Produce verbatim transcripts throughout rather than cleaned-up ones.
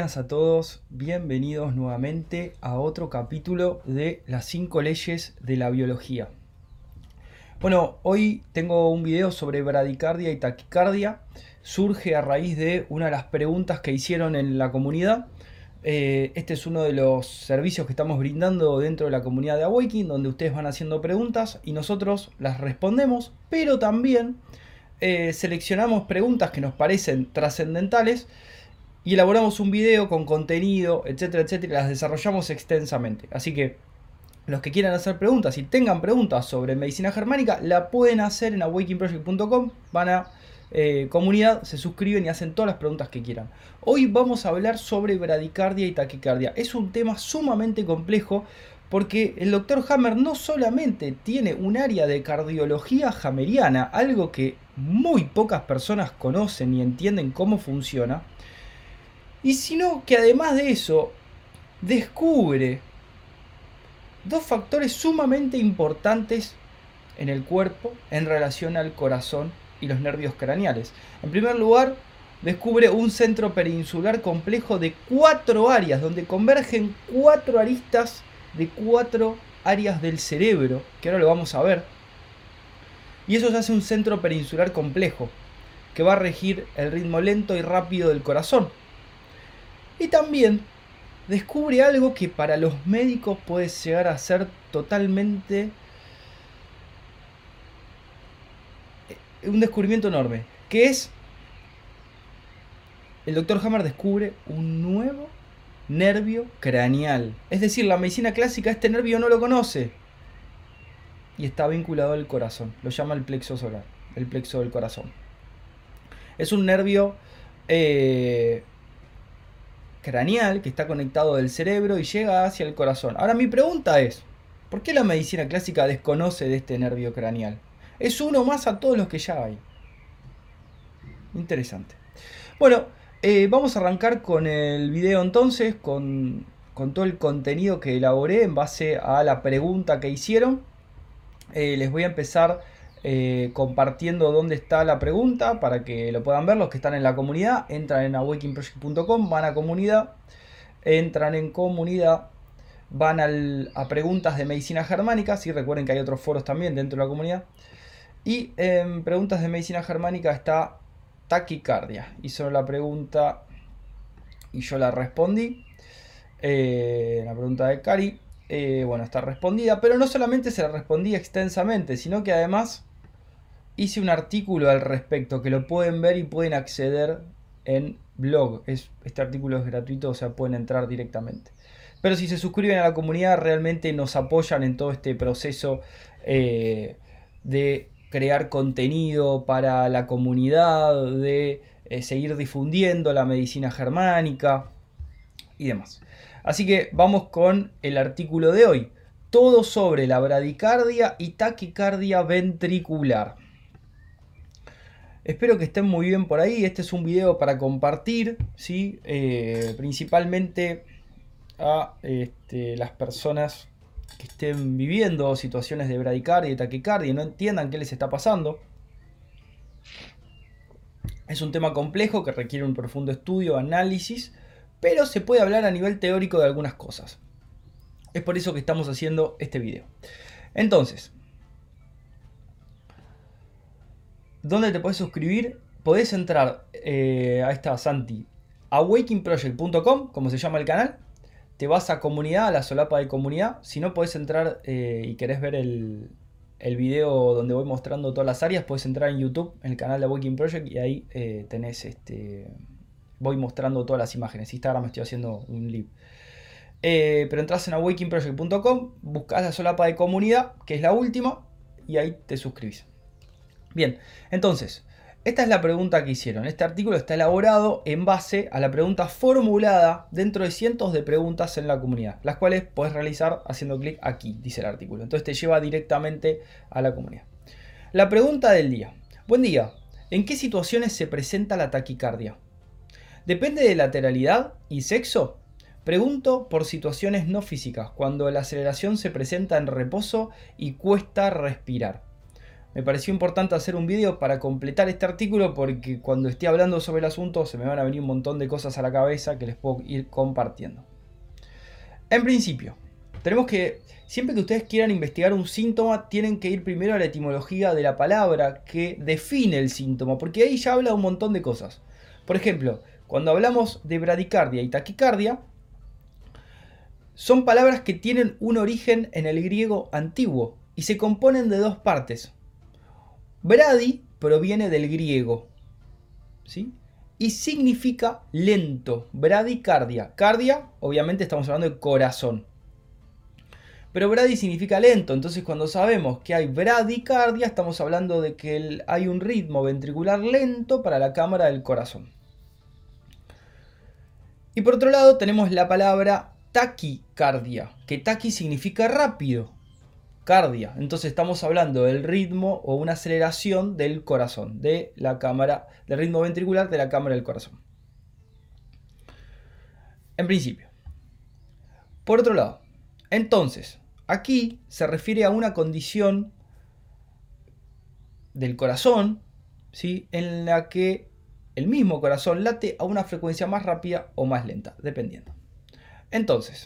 Buenas a todos, bienvenidos nuevamente a otro capítulo de las cinco leyes de la biología. Bueno, hoy tengo un video sobre bradicardia y taquicardia. Surge a raíz de una de las preguntas que hicieron en la comunidad. Eh, este es uno de los servicios que estamos brindando dentro de la comunidad de Awakening, donde ustedes van haciendo preguntas y nosotros las respondemos, pero también eh, seleccionamos preguntas que nos parecen trascendentales y elaboramos un video con contenido, etcétera, etcétera, y las desarrollamos extensamente. Así que los que quieran hacer preguntas y tengan preguntas sobre medicina germánica, la pueden hacer en awakening project punto com. Van a eh, comunidad, se suscriben y hacen todas las preguntas que quieran. Hoy vamos a hablar sobre bradicardia y taquicardia. Es un tema sumamente complejo porque el doctor Hammer no solamente tiene un área de cardiología hammeriana, algo que muy pocas personas conocen y entienden cómo funciona, y sino que además de eso descubre dos factores sumamente importantes en el cuerpo en relación al corazón y los nervios craneales. En primer lugar, descubre un centro perinsular complejo de cuatro áreas, donde convergen cuatro aristas de cuatro áreas del cerebro, que ahora lo vamos a ver. Y eso se hace un centro perinsular complejo, que va a regir el ritmo lento y rápido del corazón. Y también descubre algo que para los médicos puede llegar a ser totalmente un descubrimiento enorme, que es el doctor Hammer descubre un nuevo nervio craneal. Es decir, la medicina clásica este nervio no lo conoce y está vinculado al corazón. Lo llama el plexo solar, el plexo del corazón. Es un nervio eh, craneal que está conectado del cerebro y llega hacia el corazón. Ahora mi pregunta es, ¿por qué la medicina clásica desconoce de este nervio craneal? Es uno más a todos los que ya hay. Interesante. Bueno, eh, vamos a arrancar con el video entonces, con, con todo el contenido que elaboré en base a la pregunta que hicieron. Eh, les voy a empezar Eh, compartiendo dónde está la pregunta para que lo puedan ver. Los que están en la comunidad entran en awakening project punto com, van a comunidad, entran en comunidad, van al, a preguntas de medicina germánica. Sí, recuerden que hay otros foros también dentro de la comunidad, y en preguntas de medicina germánica está taquicardia. Hizo la pregunta y yo la respondí, eh, la pregunta de Cari. Eh, bueno, está respondida, pero no solamente se la respondí extensamente, sino que además hice un artículo al respecto que lo pueden ver y pueden acceder en blog. Es, este artículo es gratuito, o sea, pueden entrar directamente. Pero si se suscriben a la comunidad, realmente nos apoyan en todo este proceso eh, de crear contenido para la comunidad, de eh, seguir difundiendo la medicina germánica y demás. Así que vamos con el artículo de hoy. Todo sobre la bradicardia y taquicardia ventricular. Espero que estén muy bien por ahí. Este es un video para compartir, ¿sí? Eh, principalmente a este, las personas que estén viviendo situaciones de bradicardia y taquicardia y no entiendan qué les está pasando. Es un tema complejo que requiere un profundo estudio, análisis, pero se puede hablar a nivel teórico de algunas cosas. Es por eso que estamos haciendo este video. Entonces, ¿dónde te puedes suscribir? Podés entrar, eh, ahí está Santi, awakening project punto com, como se llama el canal. Te vas a comunidad, a la solapa de comunidad. Si no podés entrar eh, y querés ver el, el video donde voy mostrando todas las áreas, podés entrar en YouTube, en el canal de Awakening Project, y ahí eh, tenés este... voy mostrando todas las imágenes. Instagram estoy haciendo un live. Eh, pero entras en awakening project punto com, buscas la solapa de comunidad, que es la última, y ahí te suscribís. Bien, entonces, esta es la pregunta que hicieron. Este artículo está elaborado en base a la pregunta formulada dentro de cientos de preguntas en la comunidad, las cuales puedes realizar haciendo clic aquí, dice el artículo. Entonces te lleva directamente a la comunidad. La pregunta del día. Buen día. ¿En qué situaciones se presenta la taquicardia? ¿Depende de lateralidad y sexo? Pregunto por situaciones no físicas, cuando la aceleración se presenta en reposo y cuesta respirar. me pareció importante hacer un video para completar este artículo porque cuando esté hablando sobre el asunto se me van a venir un montón de cosas a la cabeza que les puedo ir compartiendo. En principio, tenemos que, siempre que ustedes quieran investigar un síntoma, tienen que ir primero a la etimología de la palabra que define el síntoma, porque ahí ya habla un montón de cosas. Por ejemplo, cuando hablamos de bradicardia y taquicardia, son palabras que tienen un origen en el griego antiguo y se componen de dos partes. Bradi proviene del griego, ¿sí? Y significa lento, bradicardia. Cardia, obviamente estamos hablando de corazón. Pero bradi significa lento, entonces cuando sabemos que hay bradicardia, estamos hablando de que el, hay un ritmo ventricular lento para la cámara del corazón. Y por otro lado tenemos la palabra taquicardia, que taqui significa rápido, cardia. Entonces estamos hablando del ritmo o una aceleración del corazón, de la cámara, del ritmo ventricular de la cámara del corazón. En principio. Por otro lado, entonces, aquí se refiere a una condición del corazón, ¿sí?, en la que el mismo corazón late a una frecuencia más rápida o más lenta, dependiendo. Entonces,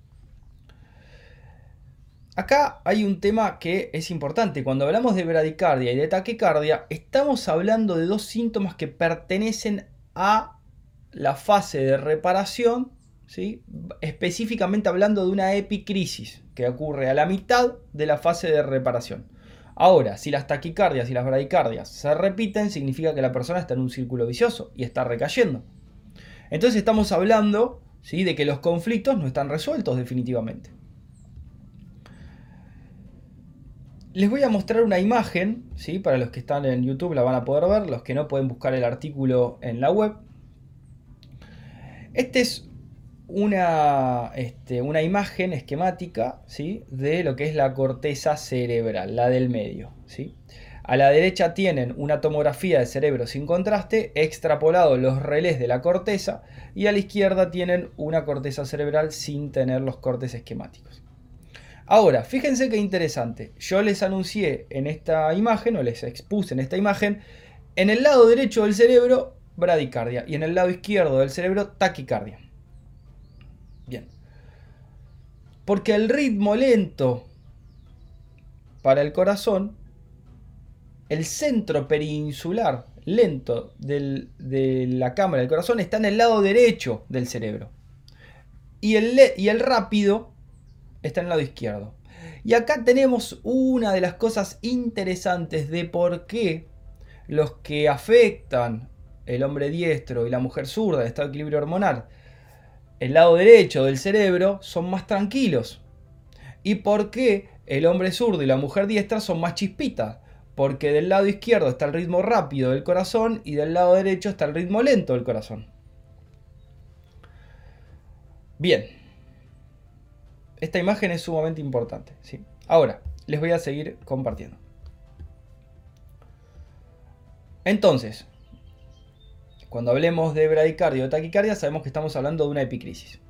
acá hay un tema que es importante. Cuando hablamos de bradicardia y de taquicardia, estamos hablando de dos síntomas que pertenecen a la fase de reparación, ¿sí?, específicamente hablando de una epicrisis que ocurre a la mitad de la fase de reparación. Ahora, si las taquicardias y las bradicardias se repiten, significa que la persona está en un círculo vicioso y está recayendo. Entonces estamos hablando, ¿sí?, de que los conflictos no están resueltos definitivamente. Les voy a mostrar una imagen, ¿sí?, para los que están en YouTube la van a poder ver, los que no pueden buscar el artículo en la web. Este es una, este, una imagen esquemática, ¿sí?, de lo que es la corteza cerebral, la del medio, ¿sí? A la derecha tienen una tomografía de cerebro sin contraste, extrapolado los relés de la corteza, y a la izquierda tienen una corteza cerebral sin tener los cortes esquemáticos. Ahora, fíjense qué interesante. Yo les anuncié en esta imagen, o les expuse en esta imagen, en el lado derecho del cerebro, bradicardia, y en el lado izquierdo del cerebro, taquicardia. Bien. Porque el ritmo lento para el corazón, el centro periinsular lento del, de la cámara del corazón está en el lado derecho del cerebro. Y el, y el rápido está en el lado izquierdo. Y acá tenemos una de las cosas interesantes de por qué los que afectan el hombre diestro y la mujer zurda, el estado de equilibrio hormonal, el lado derecho del cerebro, son más tranquilos. Y por qué el hombre zurdo y la mujer diestra son más chispitas. Porque del lado izquierdo está el ritmo rápido del corazón y del lado derecho está el ritmo lento del corazón. Bien. Esta imagen es sumamente importante, ¿sí? Ahora, les voy a seguir compartiendo. Entonces, cuando hablemos de bradicardia o taquicardia, sabemos que estamos hablando de una epicrisis.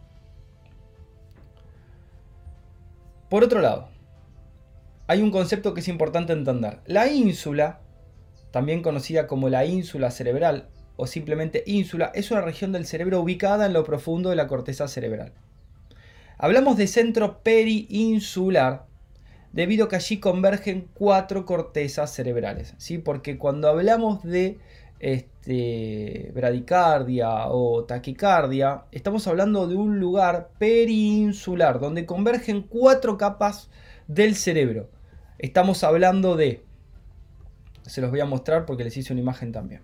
Por otro lado, hay un concepto que es importante entender. La ínsula, también conocida como la ínsula cerebral o simplemente ínsula, es una región del cerebro ubicada en lo profundo de la corteza cerebral. Hablamos de centro periinsular debido a que allí convergen cuatro cortezas cerebrales, ¿sí? Porque cuando hablamos de este, bradicardia o taquicardia, estamos hablando de un lugar periinsular donde convergen cuatro capas del cerebro. Estamos hablando de, se los voy a mostrar porque les hice una imagen también.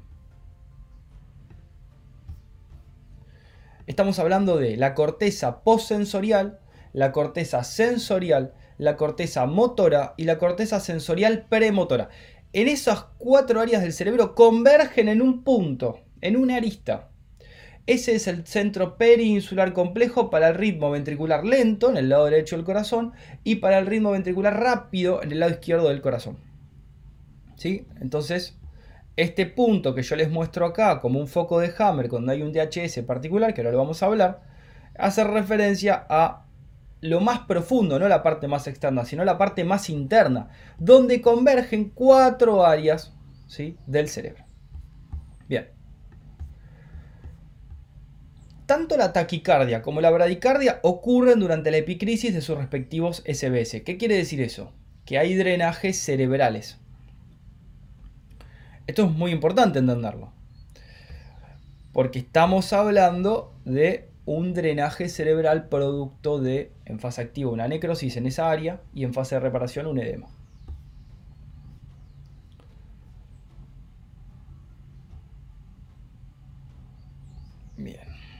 Estamos hablando de la corteza postsensorial, la corteza sensorial, la corteza motora y la corteza sensorial premotora. En esas cuatro áreas del cerebro convergen en un punto, en una arista. Ese es el centro periinsular complejo para el ritmo ventricular lento en el lado derecho del corazón y para el ritmo ventricular rápido en el lado izquierdo del corazón. ¿Sí? Entonces, este punto que yo les muestro acá como un foco de Hammer cuando hay un D H S particular, que ahora lo vamos a hablar, hace referencia a lo más profundo, no la parte más externa, sino la parte más interna, donde convergen cuatro áreas, ¿sí?, del cerebro. Bien. Tanto la taquicardia como la bradicardia ocurren durante la epicrisis de sus respectivos S B S. ¿Qué quiere decir eso? Que hay drenajes cerebrales. Esto es muy importante entenderlo, porque estamos hablando de un drenaje cerebral producto de, en fase activa, una necrosis en esa área y en fase de reparación un edema. Bien.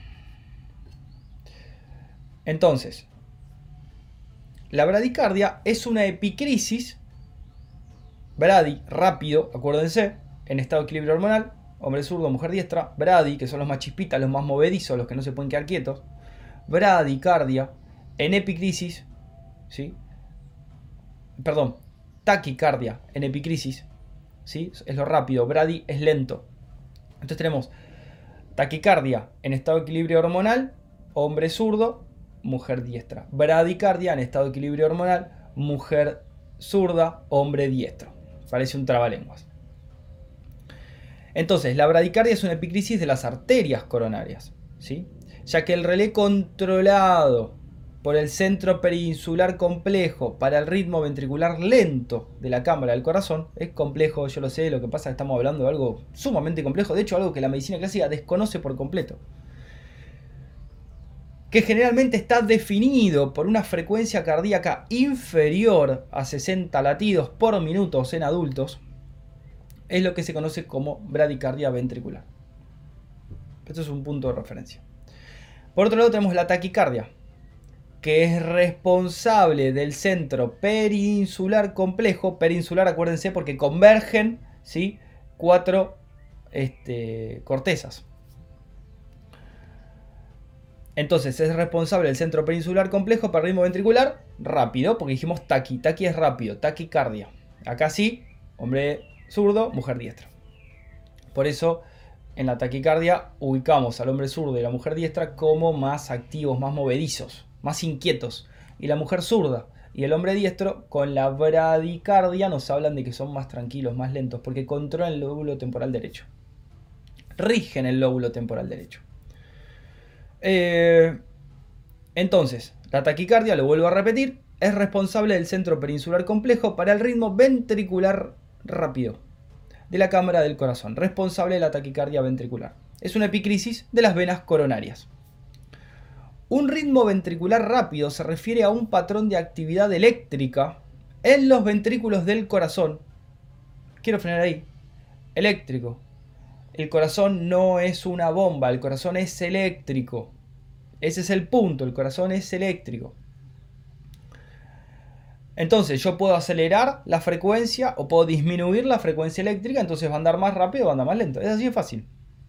Entonces, la bradicardia es una epicrisis, bradi, rápido, acuérdense, en estado de equilibrio hormonal, hombre zurdo, mujer diestra, bradi, que son los más chispitas, los más movedizos, los que no se pueden quedar quietos, bradicardia, en epicrisis, ¿sí? Perdón, taquicardia, en epicrisis, ¿sí? Es lo rápido, bradi es lento. Entonces tenemos taquicardia en estado de equilibrio hormonal, hombre zurdo, mujer diestra. Bradicardia en estado de equilibrio hormonal, mujer zurda, hombre diestro. Parece un trabalenguas. Entonces, la bradicardia es una epicrisis de las arterias coronarias, ¿sí?, ya que el relé controlado por el centro perinsular complejo para el ritmo ventricular lento de la cámara del corazón es complejo, yo lo sé, lo que pasa es que estamos hablando de algo sumamente complejo, de hecho algo que la medicina clásica desconoce por completo, que generalmente está definido por una frecuencia cardíaca inferior a sesenta latidos por minuto en adultos. Es lo que se conoce como bradicardia ventricular. Esto es un punto de referencia. Por otro lado tenemos la taquicardia, que es responsable del centro perinsular complejo. Perinsular, acuérdense, porque convergen, ¿sí?, cuatro este, cortezas. Entonces es responsable del centro perinsular complejo para el ritmo ventricular rápido, porque dijimos taqui, taqui es rápido, taquicardia. Acá sí, hombre zurdo, mujer diestra. Por eso en la taquicardia ubicamos al hombre zurdo y la mujer diestra como más activos, más movedizos, más inquietos. Y la mujer zurda y el hombre diestro con la bradicardia nos hablan de que son más tranquilos, más lentos, porque controlan el lóbulo temporal derecho. Rigen el lóbulo temporal derecho. Eh, entonces, la taquicardia, lo vuelvo a repetir, es responsable del centro perinsular complejo para el ritmo ventricular rápido de la cámara del corazón, responsable de la taquicardia ventricular. Es una epicrisis de las venas coronarias. Un ritmo ventricular rápido se refiere a un patrón de actividad eléctrica en los ventrículos del corazón. Quiero frenar ahí. Eléctrico. El corazón no es una bomba, el corazón es eléctrico. Ese es el punto, el corazón es eléctrico. Entonces yo puedo acelerar la frecuencia o puedo disminuir la frecuencia eléctrica, entonces va a andar más rápido o va a andar más lento. Es así de fácil.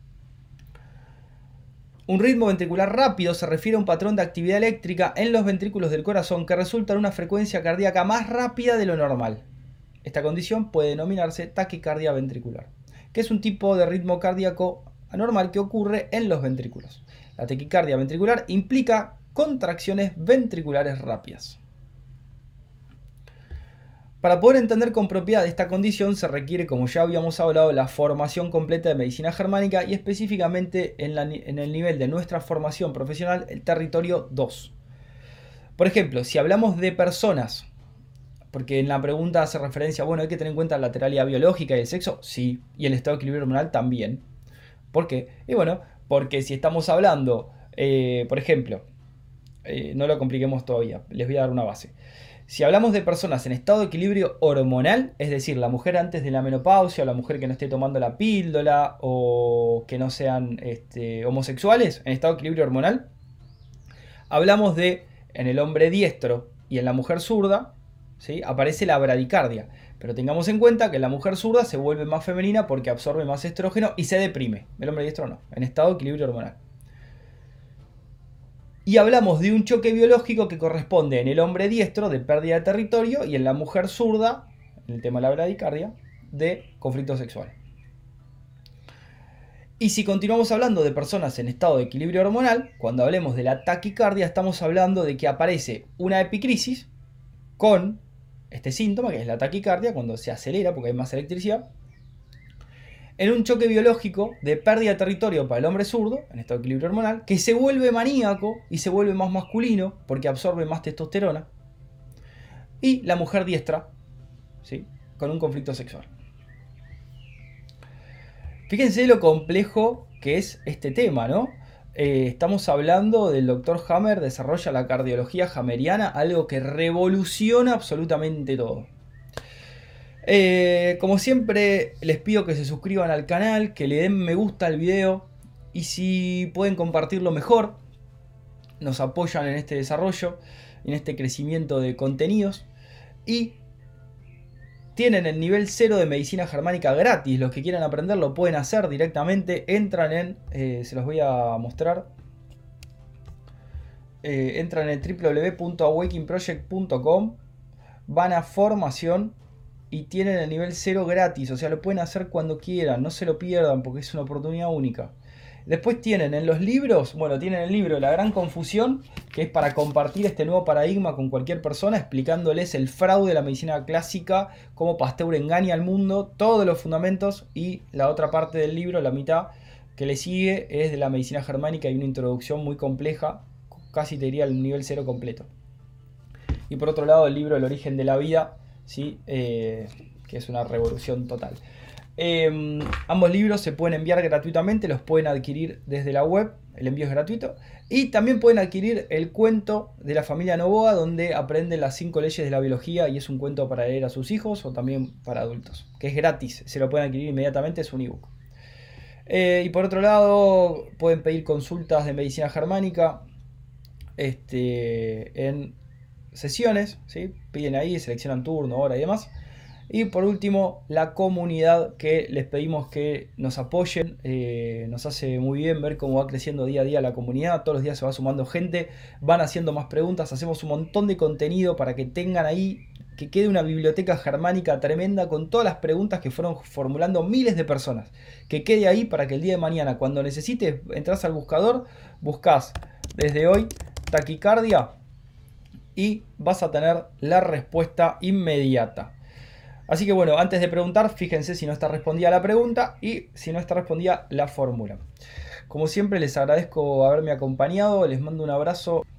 Un ritmo ventricular rápido se refiere a un patrón de actividad eléctrica en los ventrículos del corazón que resulta en una frecuencia cardíaca más rápida de lo normal. Esta condición puede denominarse taquicardia ventricular, que es un tipo de ritmo cardíaco anormal que ocurre en los ventrículos. La taquicardia ventricular implica contracciones ventriculares rápidas. Para poder entender con propiedad esta condición se requiere, como ya habíamos hablado, la formación completa de medicina germánica y específicamente en, la, en el nivel de nuestra formación profesional, el territorio dos. Por ejemplo, si hablamos de personas, porque en la pregunta hace referencia, bueno, hay que tener en cuenta la lateralidad biológica y el sexo, sí, y el estado de equilibrio hormonal también. ¿Por qué? Y bueno, porque si estamos hablando, eh, por ejemplo, eh, no lo compliquemos todavía, les voy a dar una base. Si hablamos de personas en estado de equilibrio hormonal, es decir, la mujer antes de la menopausia, o la mujer que no esté tomando la píldora, o que no sean este, homosexuales, en estado de equilibrio hormonal, hablamos de, en el hombre diestro y en la mujer zurda, ¿sí?, aparece la bradicardia. Pero tengamos en cuenta que la mujer zurda se vuelve más femenina porque absorbe más estrógeno y se deprime. El hombre diestro no, en estado de equilibrio hormonal. Y hablamos de un choque biológico que corresponde en el hombre diestro de pérdida de territorio y en la mujer zurda, en el tema de la bradicardia, de conflicto sexual. Y si continuamos hablando de personas en estado de equilibrio hormonal, cuando hablemos de la taquicardia estamos hablando de que aparece una epicrisis con este síntoma, que es la taquicardia, cuando se acelera porque hay más electricidad, en un choque biológico de pérdida de territorio para el hombre zurdo, en estado de equilibrio hormonal, que se vuelve maníaco y se vuelve más masculino porque absorbe más testosterona, y la mujer diestra, ¿sí?, con un conflicto sexual. Fíjense lo complejo que es este tema, ¿no? Eh, estamos hablando del doctor Hammer, desarrolla la cardiología hammeriana, algo que revoluciona absolutamente todo. Eh, como siempre, les pido que se suscriban al canal, que le den me gusta al video y si pueden compartirlo mejor, nos apoyan en este desarrollo, en este crecimiento de contenidos. Y tienen el nivel cero de medicina germánica gratis. Los que quieran aprender lo pueden hacer directamente. Entran en, eh, se los voy a mostrar. Eh, entran en w w w punto awakening project punto com. Van a formación y tienen el nivel cero gratis. O sea, lo pueden hacer cuando quieran. No se lo pierdan porque es una oportunidad única. Después tienen en los libros, bueno, tienen el libro La Gran Confusión, que es para compartir este nuevo paradigma con cualquier persona, explicándoles el fraude de la medicina clásica, cómo Pasteur engaña al mundo, todos los fundamentos, y la otra parte del libro, la mitad, que le sigue, es de la medicina germánica y una introducción muy compleja, casi te diría el nivel cero completo. Y por otro lado el libro El Origen de la Vida, ¿sí? eh, que es una revolución total. Eh, ambos libros se pueden enviar gratuitamente, los pueden adquirir desde la web, el envío es gratuito. Y también pueden adquirir el cuento de la familia Novoa, donde aprenden las cinco leyes de la biología y es un cuento para leer a sus hijos o también para adultos, que es gratis, se lo pueden adquirir inmediatamente, es un ebook. Eh, y por otro lado, pueden pedir consultas de medicina germánica este, en sesiones, ¿sí? Piden ahí, seleccionan turno, hora y demás. Y por último, la comunidad, que les pedimos que nos apoyen. Eh, nos hace muy bien ver cómo va creciendo día a día la comunidad. Todos los días se va sumando gente, van haciendo más preguntas, hacemos un montón de contenido para que tengan ahí, que quede una biblioteca germánica tremenda con todas las preguntas que fueron formulando miles de personas. Que quede ahí para que el día de mañana, cuando necesites, entras al buscador, buscas desde hoy taquicardia y vas a tener la respuesta inmediata. Así que bueno, antes de preguntar, fíjense si no está respondida la pregunta y si no está respondida la fórmula. Como siempre, les agradezco haberme acompañado, les mando un abrazo